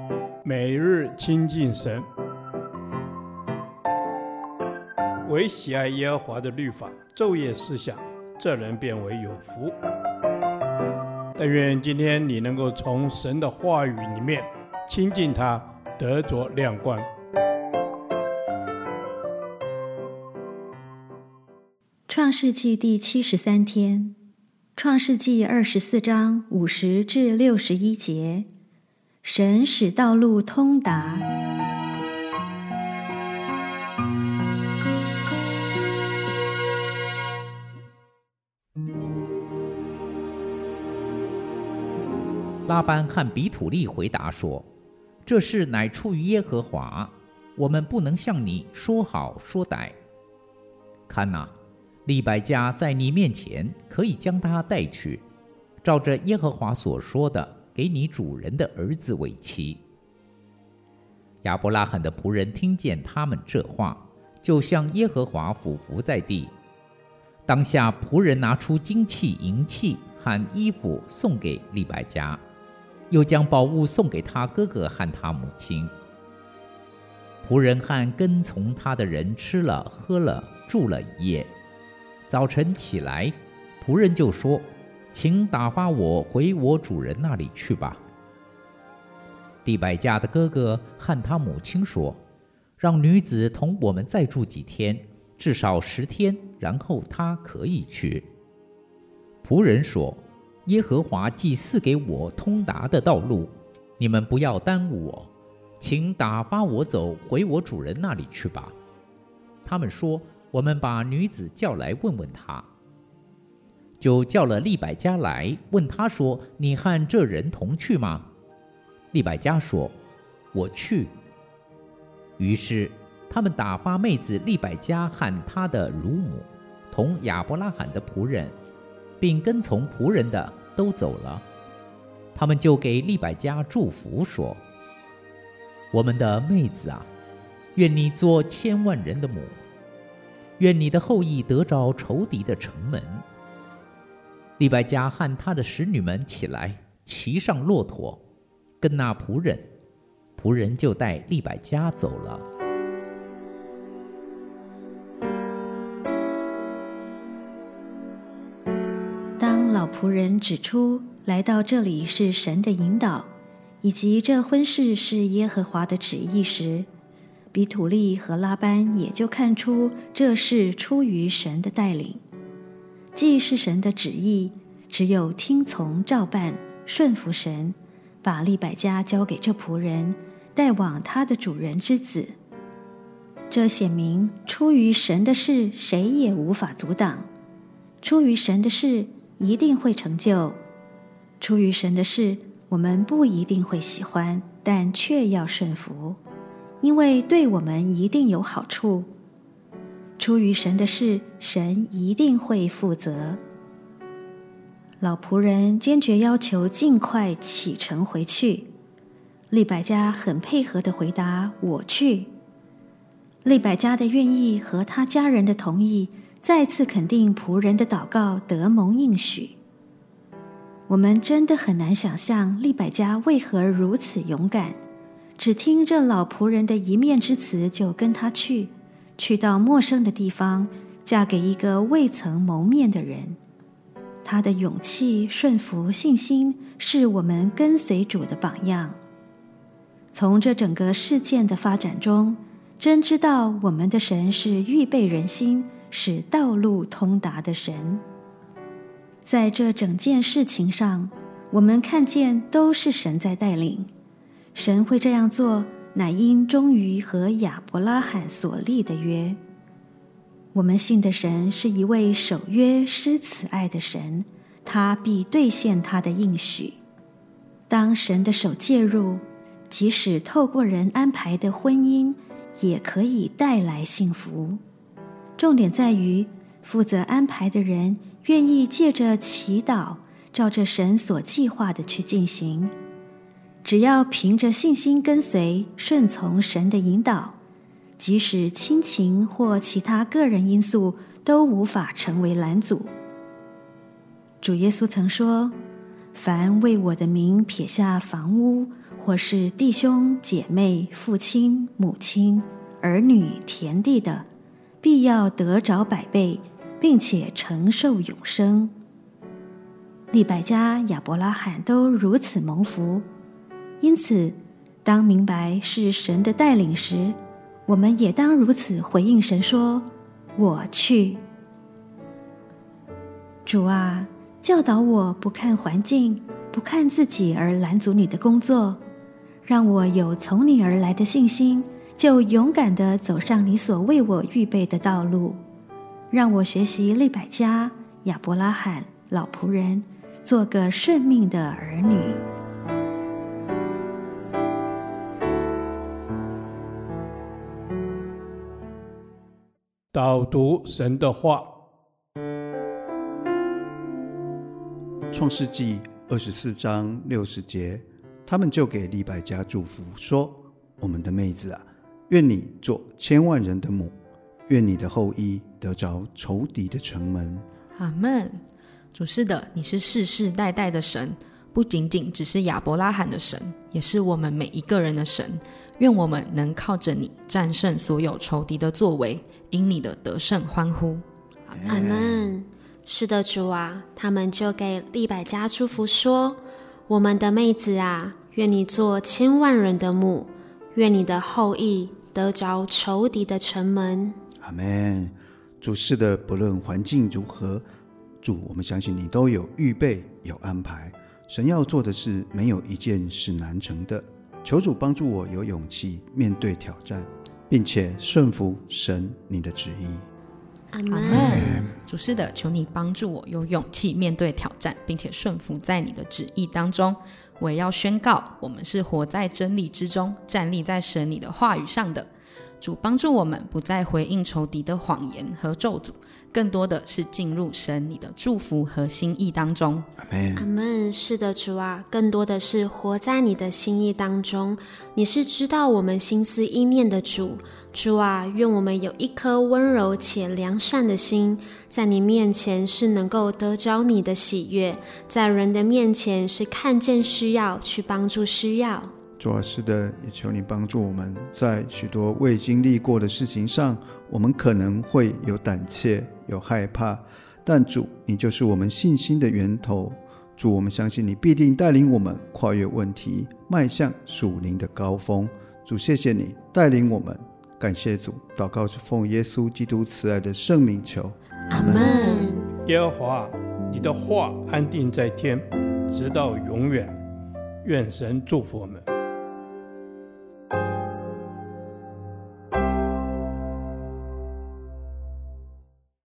每日亲近神，唯喜爱耶和华的律法，昼夜思想，这人变为有福。但愿今天你能够从神的话语里面亲近他，得着亮光。 创世纪第73天，创世纪24章50至61节，神使道路通达。 拉班和比土利回答说：这事乃出于耶和华，我们不能向你说好说歹。看哪，利百加在你面前，可以将他带去，照着耶和华所说的，给你主人的儿子为妻。亚伯拉罕的仆人听见他们这话，就向耶和华俯伏在地。当下仆人拿出金器、银器和衣服送给利百加，又将宝物送给他哥哥和他母亲。仆人和跟从他的人吃了喝了，住了一夜。早晨起来，仆人就说：请打发我回我主人那里去吧。利百加的哥哥和他母亲说：让女子同我们再住几天，至少10天，然后她可以去。仆人说：耶和华既赐给我通达的道路，你们不要耽误我，请打发我走回我主人那里去吧。他们说：我们把女子叫来问问她。就叫了利百加来，问他说：你和这人同去吗？利百加说：我去。于是他们打发妹子利百加和她的乳母，同亚伯拉罕的仆人，并跟从仆人的都走了。他们就给利百加祝福说：我们的妹子啊，愿你做千万人的母，愿你的后裔得着仇敌的城门。利百加和他的使女们起来，骑上骆驼，跟那仆人，仆人就带利百加走了。 当老仆人指出来到这里是神的引导，以及这婚事是耶和华的旨意时，比土利和拉班也就看出这是出于神的带领。既是神的旨意，只有听从照办，顺服神，把利百加交给这仆人，带往他的主人之子。这显明出于神的事，谁也无法阻挡。出于神的事一定会成就。出于神的事，我们不一定会喜欢，但却要顺服，因为对我们一定有好处。出于神的事，神一定会负责。老仆人坚决要求尽快启程回去。利百加很配合地回答：我去。利百加的愿意和他家人的同意，再次肯定仆人的祷告得蒙应许。我们真的很难想象利百加为何如此勇敢，只听这老仆人的一面之词就跟他去到陌生的地方，嫁给一个未曾谋面的人。他的勇气、顺服、信心是我们跟随主的榜样。从这整个事件的发展中，真知道我们的神是预备人心，使道路通达的神。在这整件事情上，我们看见都是神在带领。神会这样做，乃因忠于和亚伯拉罕所立的约。我们信的神是一位守约施慈爱的神，他必兑现他的应许。当神的手介入，即使透过人安排的婚姻，也可以带来幸福。重点在于负责安排的人愿意借着祈祷，照着神所计划的去进行。只要凭着信心跟随，顺从神的引导，即使亲情或其他个人因素都无法成为拦阻。主耶稣曾说： 凡为我的名撇下房屋，或是弟兄姐妹、父亲母亲、儿女、田地的，必要得着100倍，并且承受永生。利百加、亚伯拉罕都如此蒙福，因此当明白是神的带领时，我们也当如此回应神说：我去。主啊，教导我不看环境，不看自己而拦阻你的工作，让我有从你而来的信心，就勇敢地走上你所为我预备的道路。让我学习利百加、亚伯拉罕老仆人，做个顺命的儿女。 导读神的话。 创世纪24章60节，他们就给利百加祝福说：我们的妹子啊，愿你做千万人的母，愿你的后裔得着仇敌的城门。 阿们。主，是的，你是世世代代的神，不仅仅只是亚伯拉罕的神，也是我们每一个人的神。愿我们能靠着你战胜所有仇敌的作为，因你的得胜欢呼。 阿们。是的，主啊，他们就给利百加祝福说：我们的妹子啊，愿你做千万人的母，愿你的后裔得着仇敌的城门。 阿们。主，是的，不论环境如何，主，我们相信你都有预备，有安排。神要做的事，没有一件是难成的。求主帮助我有勇气面对挑战，并且顺服神你的旨意。 阿们。 主，是的，求你帮助我有勇气面对挑战，并且顺服在你的旨意当中。我也要宣告，我们是活在真理之中，站立在神你的话语上的。主，帮助我们不再回应仇敌的谎言和咒诅，更多的是进入神你的祝福和心意当中。 阿们。 阿们。是的，主啊，更多的是活在你的心意当中。你是知道我们心思意念的主。主啊，愿我们有一颗温柔且良善的心，在你面前是能够得着你的喜悦，在人的面前是看见需要去帮助需要。 主啊，是的，也求你帮助我们，在许多未经历过的事情上，我们可能会有胆怯，有害怕，但主，你就是我们信心的源头。主，我们相信你必定带领我们跨越问题，迈向属灵的高峰。主，谢谢你带领我们，感谢主。祷告是奉耶稣基督慈爱的圣名求， 阿们。 耶和华，你的话安定在天，直到永远。愿神祝福我们。